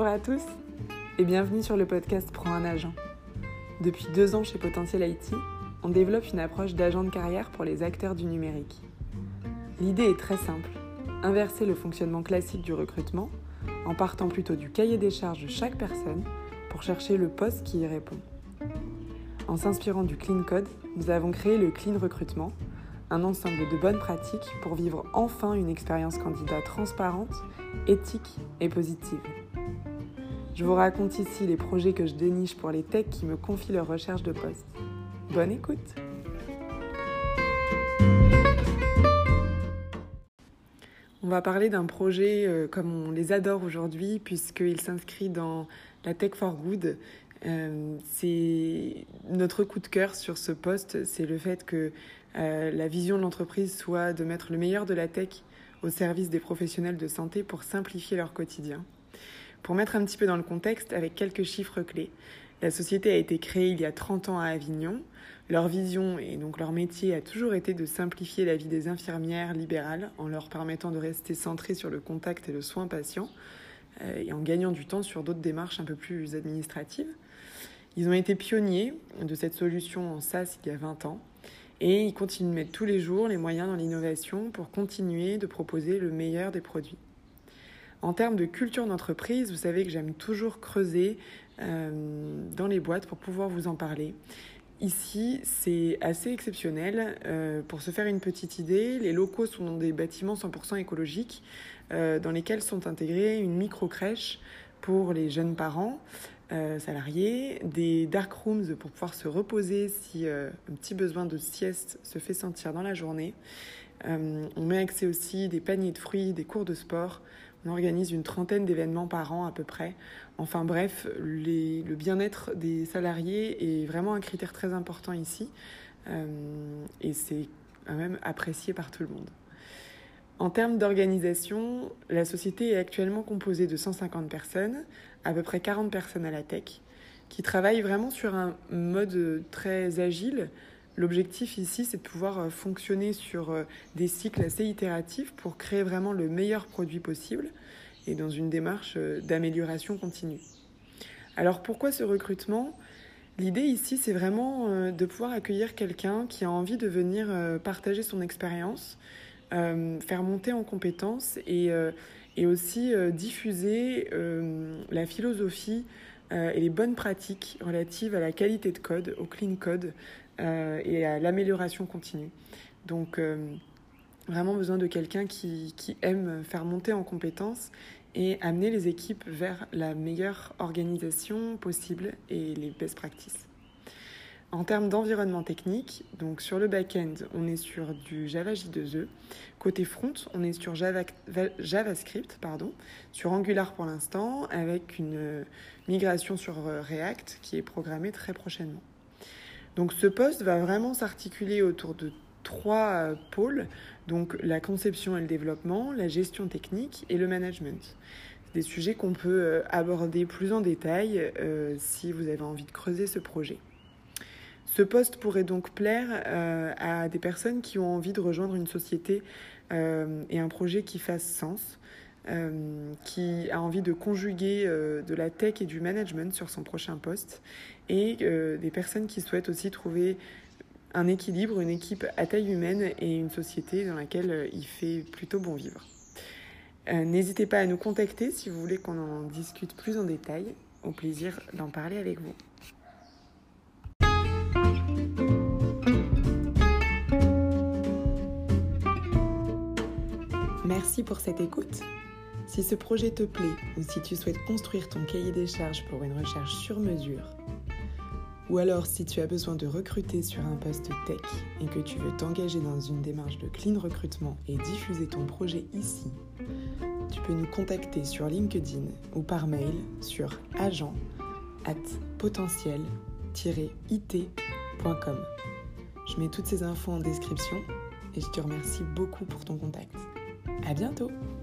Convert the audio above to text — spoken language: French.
Bonjour à tous et bienvenue sur le podcast Prends un agent. Depuis 2 ans chez Potentiel IT, on développe une approche d'agent de carrière pour les acteurs du numérique. L'idée est très simple, inverser le fonctionnement classique du recrutement en partant plutôt du cahier des charges de chaque personne pour chercher le poste qui y répond. En s'inspirant du Clean Code, nous avons créé le Clean Recrutement, un ensemble de bonnes pratiques pour vivre enfin une expérience candidat transparente, éthique et positive. Je vous raconte ici les projets que je déniche pour les techs qui me confient leur recherche de poste. Bonne écoute! On va parler d'un projet comme on les adore aujourd'hui puisqu'il s'inscrit dans la Tech for Good. C'est notre coup de cœur sur ce poste, c'est le fait que la vision de l'entreprise soit de mettre le meilleur de la tech au service des professionnels de santé pour simplifier leur quotidien. Pour mettre un petit peu dans le contexte, avec quelques chiffres clés, la société a été créée il y a 30 ans à Avignon. Leur vision et donc leur métier a toujours été de simplifier la vie des infirmières libérales en leur permettant de rester centrées sur le contact et le soin patient et en gagnant du temps sur d'autres démarches un peu plus administratives. Ils ont été pionniers de cette solution en SaaS il y a 20 ans et ils continuent de mettre tous les jours les moyens dans l'innovation pour continuer de proposer le meilleur des produits. En termes de culture d'entreprise, vous savez que j'aime toujours creuser dans les boîtes pour pouvoir vous en parler. Ici, c'est assez exceptionnel. Pour se faire une petite idée, les locaux sont dans des bâtiments 100% écologiques dans lesquels sont intégrés une micro-crèche pour les jeunes parents, salariés, des dark rooms pour pouvoir se reposer si un petit besoin de sieste se fait sentir dans la journée. On met accès aussi des paniers de fruits, des cours de sport. On organise une 30aine d'événements par an à peu près. Enfin bref, le bien-être des salariés est vraiment un critère très important ici et c'est quand même apprécié par tout le monde. En termes d'organisation, la société est actuellement composée de 150 personnes, à peu près 40 personnes à la tech, qui travaillent vraiment sur un mode très agile. L'objectif ici, c'est de pouvoir fonctionner sur des cycles assez itératifs pour créer vraiment le meilleur produit possible et dans une démarche d'amélioration continue. Alors pourquoi ce recrutement ? L'idée ici, c'est vraiment de pouvoir accueillir quelqu'un qui a envie de venir partager son expérience, faire monter en compétences et aussi diffuser la philosophie et les bonnes pratiques relatives à la qualité de code, au clean code et à l'amélioration continue. Donc vraiment besoin de quelqu'un qui aime faire monter en compétences et amener les équipes vers la meilleure organisation possible et les best practices. En termes d'environnement technique, donc sur le back-end, on est sur du Java J2E. Côté front, on est sur JavaScript, sur Angular pour l'instant, avec une migration sur React qui est programmée très prochainement. Donc ce poste va vraiment s'articuler autour de 3 pôles, donc la conception et le développement, la gestion technique et le management. C'est des sujets qu'on peut aborder plus en détail si vous avez envie de creuser ce projet. Ce poste pourrait donc plaire à des personnes qui ont envie de rejoindre une société et un projet qui fasse sens, qui a envie de conjuguer de la tech et du management sur son prochain poste, et des personnes qui souhaitent aussi trouver un équilibre, une équipe à taille humaine et une société dans laquelle il fait plutôt bon vivre. N'hésitez pas à nous contacter si vous voulez qu'on en discute plus en détail. Au plaisir d'en parler avec vous. Merci pour cette écoute. Si ce projet te plaît ou si tu souhaites construire ton cahier des charges pour une recherche sur mesure, ou alors si tu as besoin de recruter sur un poste tech et que tu veux t'engager dans une démarche de clean recrutement et diffuser ton projet ici, tu peux nous contacter sur LinkedIn ou par mail sur agent@potentiel-it.com. Je mets toutes ces infos en description et je te remercie beaucoup pour ton contact. À bientôt!